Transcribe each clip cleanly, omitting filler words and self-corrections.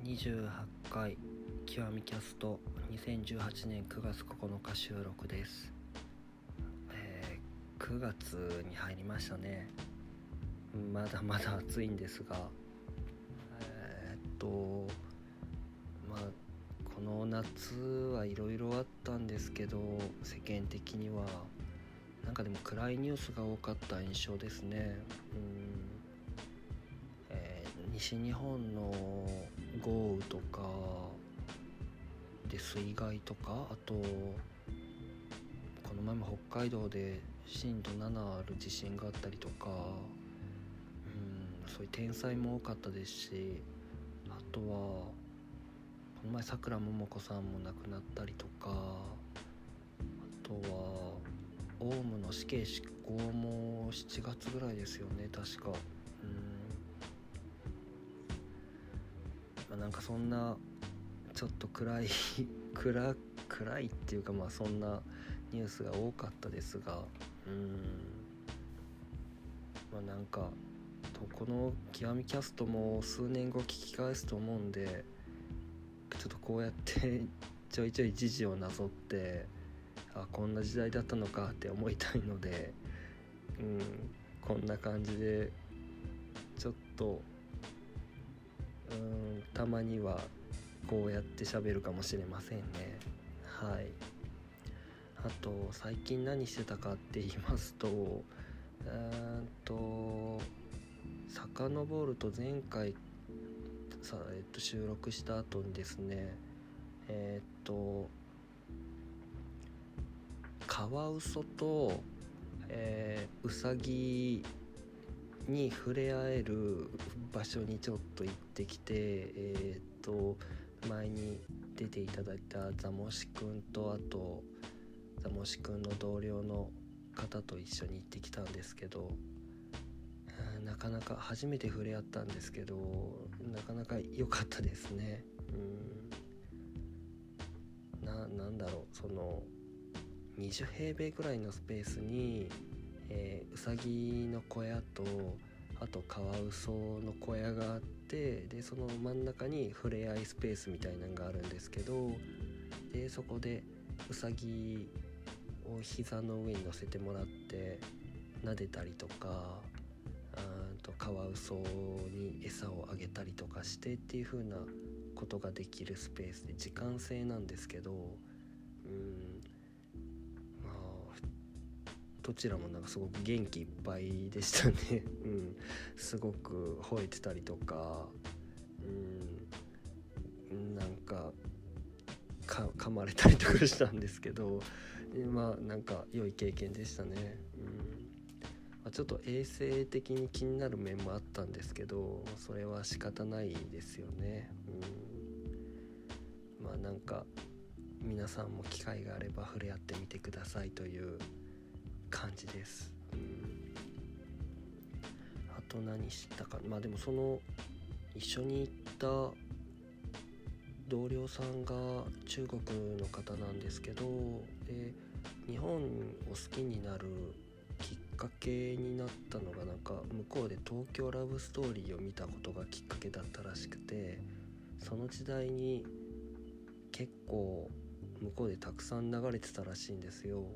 28回極みキャスト2018年9月9日収録です。9月に入りましたね。まだまだ暑いんですが、この夏はいろいろあったんですけど、世間的にはなんかでも暗いニュースが多かった印象ですね。西日本の豪雨とかで水害とか、あとこの前も北海道で震度7ある地震があったりとか、そういう天災も多かったですし、あとはこの前さくらももこさんも亡くなったりとか、あとはオウムの死刑執行も7月ぐらいですよね、確か。なんかそんなちょっと暗いっていうか、そんなニュースが多かったですが、なんかこの極みキャストも数年後聞き返すと思うんで、ちょっとこうやってちょいちょい時事をなぞって、こんな時代だったのかって思いたいので、こんな感じでちょっとたまにはこうやって喋るかもしれませんね。はい。あと最近何してたかって言いますと、遡ると前回収録した後にですね、カワウソと、ウサギに触れ合える場所にちょっと行ってきて、前に出ていただいたザモシくんと、あとザモシくんの同僚の方と一緒に行ってきたんですけど、なかなか初めて触れ合ったんですけど、なかなか良かったですね。なんだろう、その20平米ぐらいのスペースに、ウサギの小屋と、あとカワウソの小屋があって、でその真ん中に触れ合いスペースみたいなのがあるんですけど、でそこでウサギを膝の上に乗せてもらって撫でたりとか、カワウソに餌をあげたりとかしてっていう風なことができるスペースで、時間制なんですけど、どちらもなんかすごく元気いっぱいでしたね。すごく吠えてたりとか、なんか噛まれたりとかしたんですけど、なんか良い経験でしたね。ちょっと衛生的に気になる面もあったんですけど、それは仕方ないですよね。なんか皆さんも機会があれば触れ合ってみてくださいという感じです。あと何したか、でもその一緒に行った同僚さんが中国の方なんですけど、日本を好きになるきっかけになったのが、なんか向こうで東京ラブストーリーを見たことがきっかけだったらしくて、その時代に結構向こうでたくさん流れてたらしいんですよ。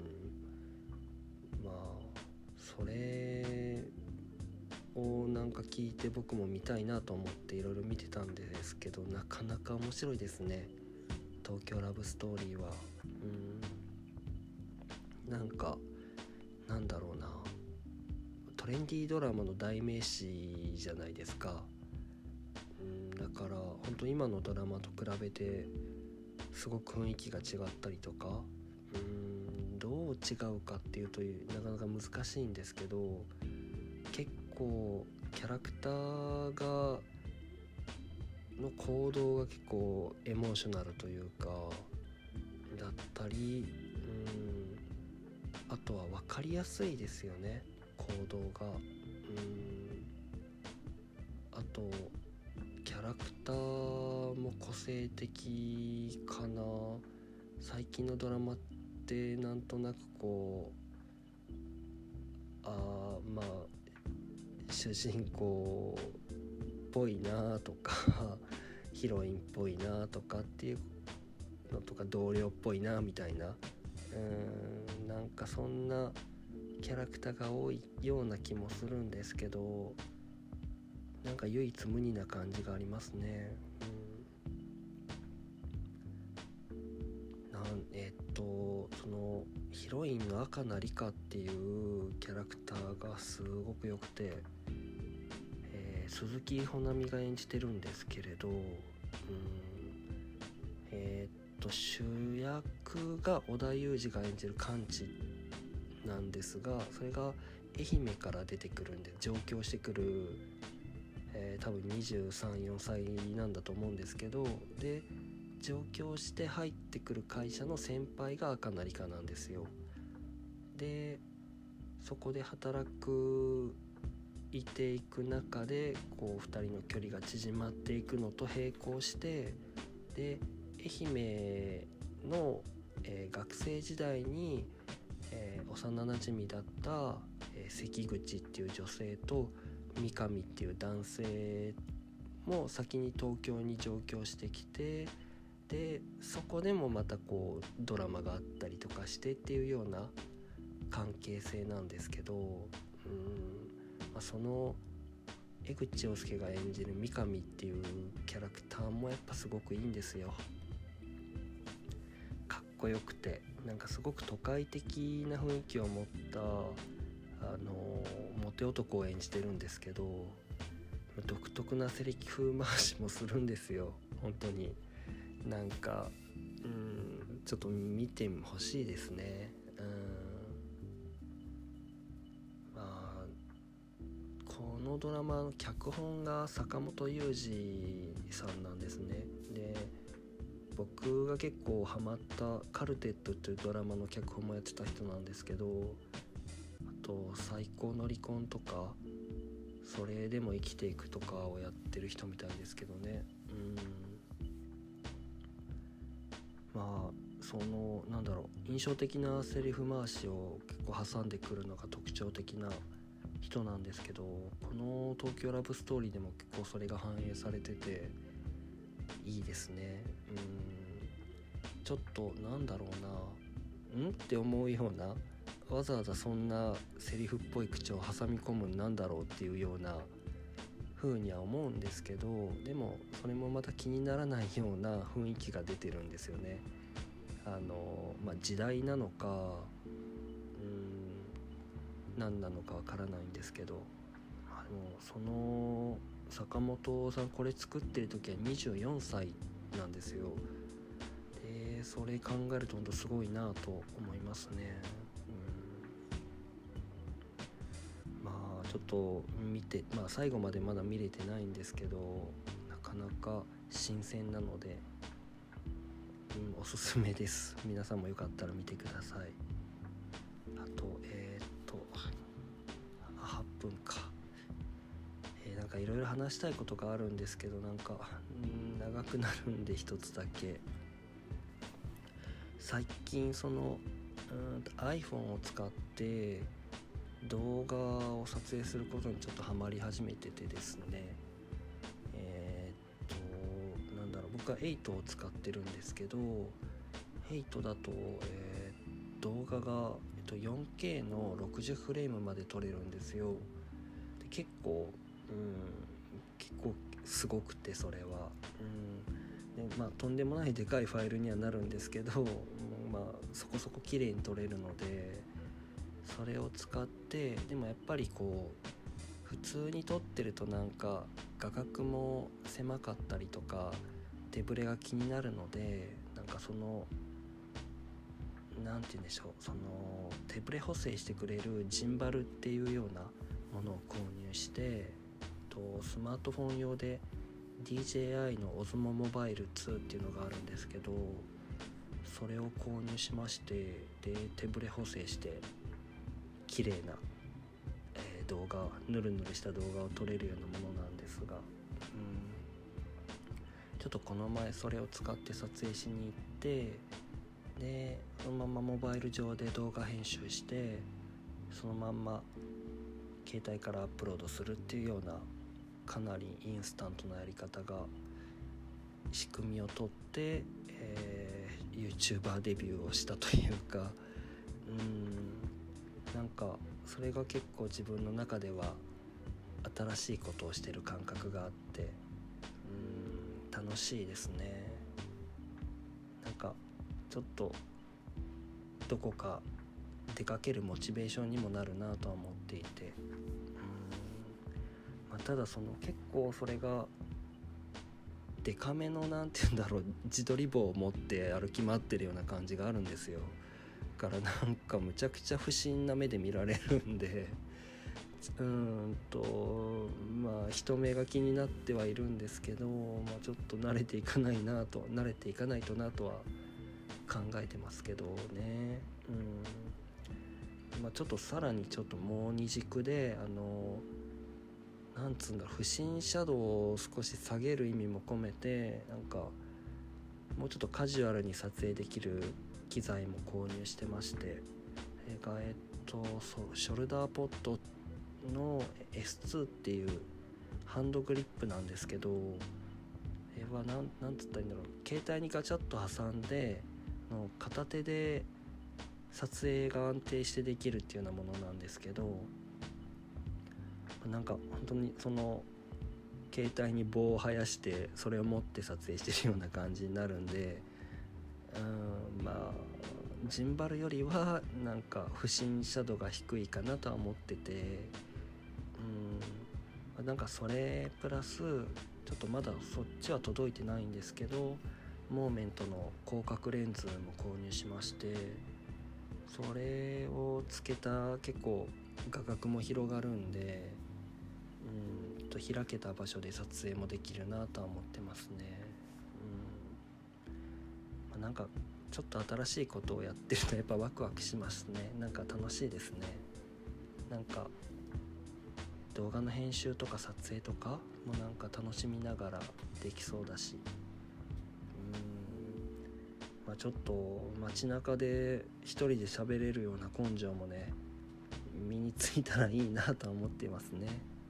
それをなんか聞いて僕も見たいなと思っていろいろ見てたんですけど、なかなか面白いですね、東京ラブストーリーは。なんだろうな、トレンディードラマの代名詞じゃないですか。だから本当今のドラマと比べてすごく雰囲気が違ったりとか、どう違うかっていうとなかなか難しいんですけど、結構キャラクターの行動が結構エモーショナルというかだったり、あとは分かりやすいですよね、行動が。あとキャラクターも個性的かな。最近のドラマってなんとなく主人公っぽいなとかヒロインっぽいなとかっていうのとか、同僚っぽいなみたいな、なんかそんなキャラクターが多いような気もするんですけど、なんか唯一無二な感じがありますね。そのヒロインの赤名リカっていうキャラクターがすごく良くて、鈴木保奈美が演じてるんですけれど、主役が織田裕二が演じる完治なんですが、それが愛媛から出てくるんで上京してくる、多分23、4歳なんだと思うんですけど、で上京して入ってくる会社の先輩が赤名リカなんですよ。でそこで働いていく中でこう2人の距離が縮まっていくのと並行して、で愛媛の、学生時代に、幼なじみだった、関口っていう女性と三上っていう男性も先に東京に上京してきて、でそこでもまたこうドラマがあったりとかしてっていうような関係性なんですけど、その江口洋介が演じる三上っていうキャラクターもやっぱすごくいいんですよ。かっこよくて、なんかすごく都会的な雰囲気を持ったモテ男を演じてるんですけど、独特なセリフ回しもするんですよ。本当になんかちょっと見てほしいですね。このドラマの脚本が坂本雄二さんなんですね。で僕が結構ハマったカルテットというドラマの脚本もやってた人なんですけど、あと最高の離婚とかそれでも生きていくとかをやってる人みたいですけどね。その印象的なセリフ回しを結構挟んでくるのが特徴的な人なんですけど、この東京ラブストーリーでも結構それが反映されてていいですね。ちょっとって思うような、わざわざそんなセリフっぽい口を挟み込むなんだろうっていうような風には思うんですけど、でもそれもまた気にならないような雰囲気が出てるんですよね。時代なのか何なのかわからないんですけど、その坂本さんこれ作ってる時は24歳なんですよ。でそれ考えると本当すごいなと思いますね。ちょっと見て、最後までまだ見れてないんですけど、なかなか新鮮なので、おすすめです。皆さんもよかったら見てください。あと8分か。なんかいろいろ話したいことがあるんですけど、長くなるんで一つだけ。最近そのiPhone を使って動画を撮影することにちょっとハマり始めててですね、僕は8を使ってるんですけど、8だと、動画が、4K の60フレームまで撮れるんですよ。で結構すごくて、それはでとんでもないでかいファイルにはなるんですけど、そこそこ綺麗に撮れるので、それを使って、でもやっぱりこう普通に撮ってると画角も狭かったりとか手ブレが気になるので、なんて言うんでしょう、その手ブレ補正してくれるジンバルっていうようなものを購入して、スマートフォン用で DJI の Osmo Mobile 2っていうのがあるんですけど、それを購入しまして、で手ブレ補正して綺麗な、動画、ヌルヌルした動画を撮れるようなものなんですが、ちょっとこの前それを使って撮影しに行って、でそのままモバイル上で動画編集して、そのまんま携帯からアップロードするっていうような、かなりインスタントなやり方が仕組みを取って、YouTuber デビューをしたというか、なんかそれが結構自分の中では新しいことをしてる感覚があって、楽しいですね。なんかちょっとどこか出かけるモチベーションにもなるなとは思っていて、ただその結構それがデカめのなんて言うんだろう、自撮り棒を持って歩き回ってるような感じがあるんですよ。だからなんかむちゃくちゃ不審な目で見られるんで人目が気になってはいるんですけど、ちょっと慣れていかないとなとは考えてますけどね。ちょっとさらにちょっともう二軸でなんつうんだろう、不審シャドウを少し下げる意味も込めて、なんかもうちょっとカジュアルに撮影できる機材も購入してまして、ショルダーポットの S2 っていうハンドグリップなんですけど、なんつったらいいんだろう、携帯にガチャッと挟んで片手で撮影が安定してできるっていうようなものなんですけど、なんか本当にその携帯に棒を生やしてそれを持って撮影してるような感じになるんで、ジンバルよりはなんか不審シャドウが低いかなとは思ってて、なんかそれプラスちょっとまだそっちは届いてないんですけど、モーメントの広角レンズも購入しまして、それをつけた結構画角も広がるんで、開けた場所で撮影もできるなとは思ってますね。なんかちょっと新しいことをやってるとやっぱワクワクしますね。なんか楽しいですね。なんか動画の編集とか撮影とかもなんか楽しみながらできそうだし、ちょっと街中で一人で喋れるような根性もね身についたらいいなと思っていますね。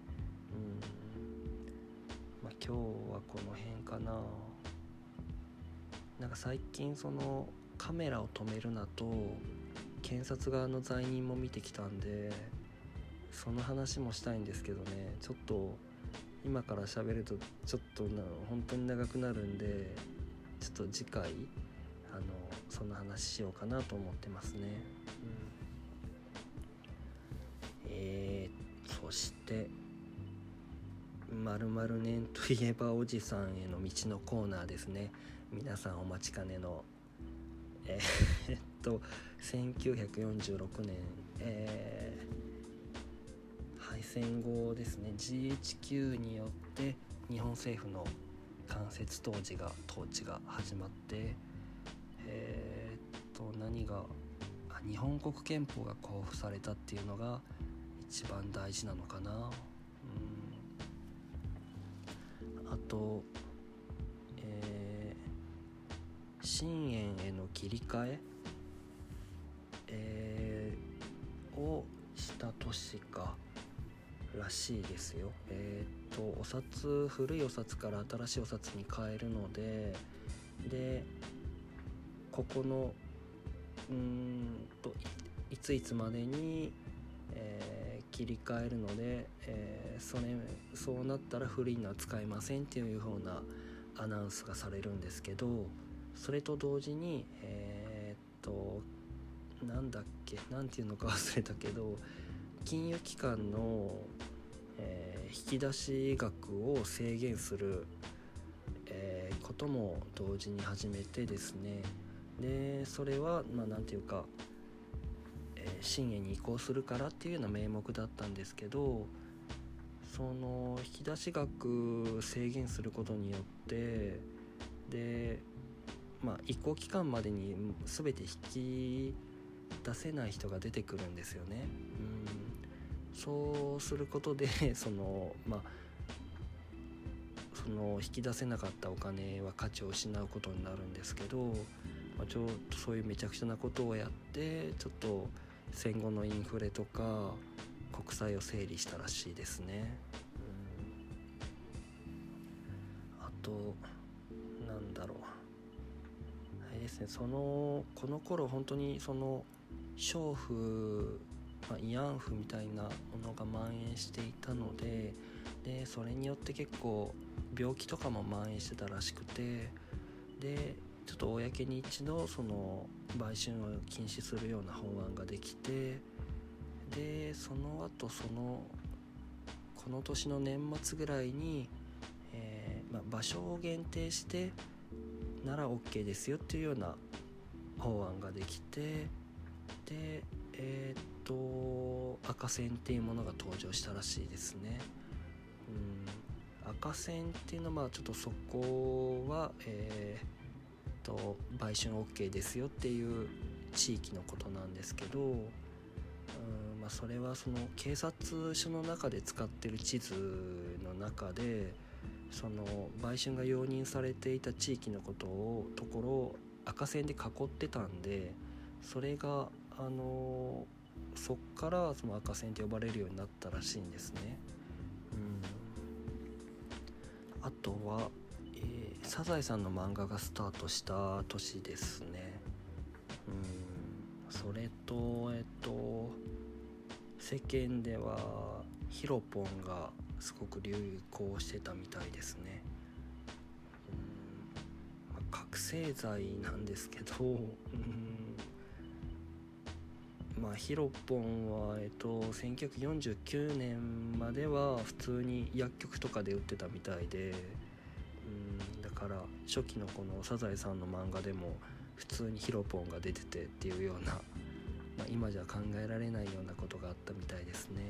今日はこの辺かな。なんか最近そのカメラを止めるなと検察側の罪人も見てきたんで、その話もしたいんですけどね、ちょっと今から喋るとちょっと本当に長くなるんで、ちょっと次回そんな話しようかなと思ってますね。そして〇〇年といえばおじさんへの道のコーナーですね。皆さんお待ちかねの1946年、敗戦後ですね、 GHQ によって日本政府の間接統治が始まって、日本国憲法が公布されたっていうのが一番大事なのかな。あと、新円への切り替え、をした年らしいですよ。古いお札から新しいお札に変えるので、ここのいついつまでに、切り替えるので、そうなったら古いのは使えませんっていう風なアナウンスがされるんですけど、それと同時になんていうのか忘れたけど、金融機関の、引き出し額を制限する、ことも同時に始めてですね、でそれはなんていうか、新円に移行するからっていうような名目だったんですけど、その引き出し額制限することによってで、移行期間までに全て引き出せない人が出てくるんですよね。そうすることでその引き出せなかったお金は価値を失うことになるんですけど、ちょっとそういうめちゃくちゃなことをやってちょっと戦後のインフレとか国債を整理したらしいですね。あとなんだろう、あれですね、この頃本当にその娼婦、慰安婦みたいなものが蔓延していたので、それによって結構病気とかも蔓延してたらしくて、でちょっと公に一度その売春を禁止するような法案ができて、でその後この年の年末ぐらいに、場所を限定してなら OK ですよっていうような法案ができて、で赤線っていうものが登場したらしいですね。赤線っていうのはちょっとそこは売春 OK ですよっていう地域のことなんですけど、それはその警察署の中で使ってる地図の中でその売春が容認されていた地域のところを赤線で囲ってたんで、それがそっからその赤線って呼ばれるようになったらしいんですね。あとは、サザエさんの漫画がスタートした年ですね。それと世間ではヒロポンがすごく流行してたみたいですね。覚醒剤なんですけど、ヒロポンは、1949年までは普通に薬局とかで売ってたみたいで、だから初期のこのサザエさんの漫画でも普通にヒロポンが出ててっていうような、今じゃ考えられないようなことがあったみたいですね。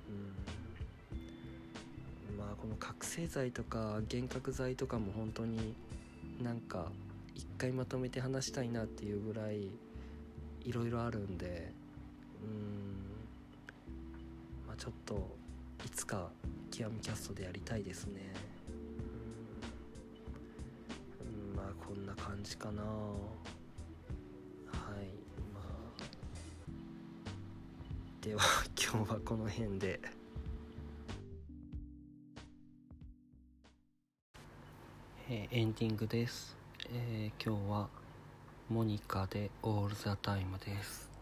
この覚醒剤とか幻覚剤とかも本当になんか一回まとめて話したいなっていうぐらいいろいろあるんで、ちょっといつか極みキャストでやりたいですね。こんな感じかな。では今日はこの辺で。エンディングです。今日はモニカでオールザタイムです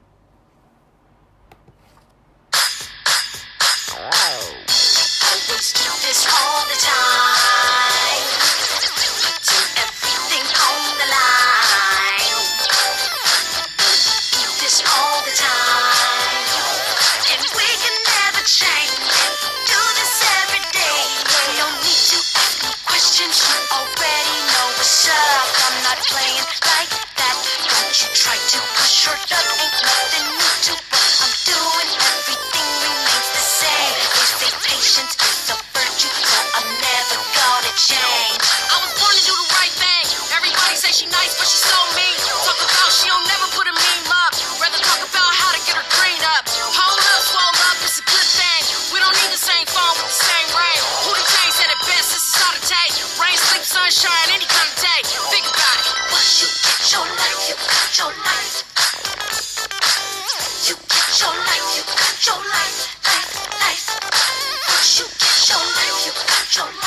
。Sunshine any kind of day. Think about it. Once you get your life, you got your life. You get your life, you got your life, life. Once you get your life, you got your life.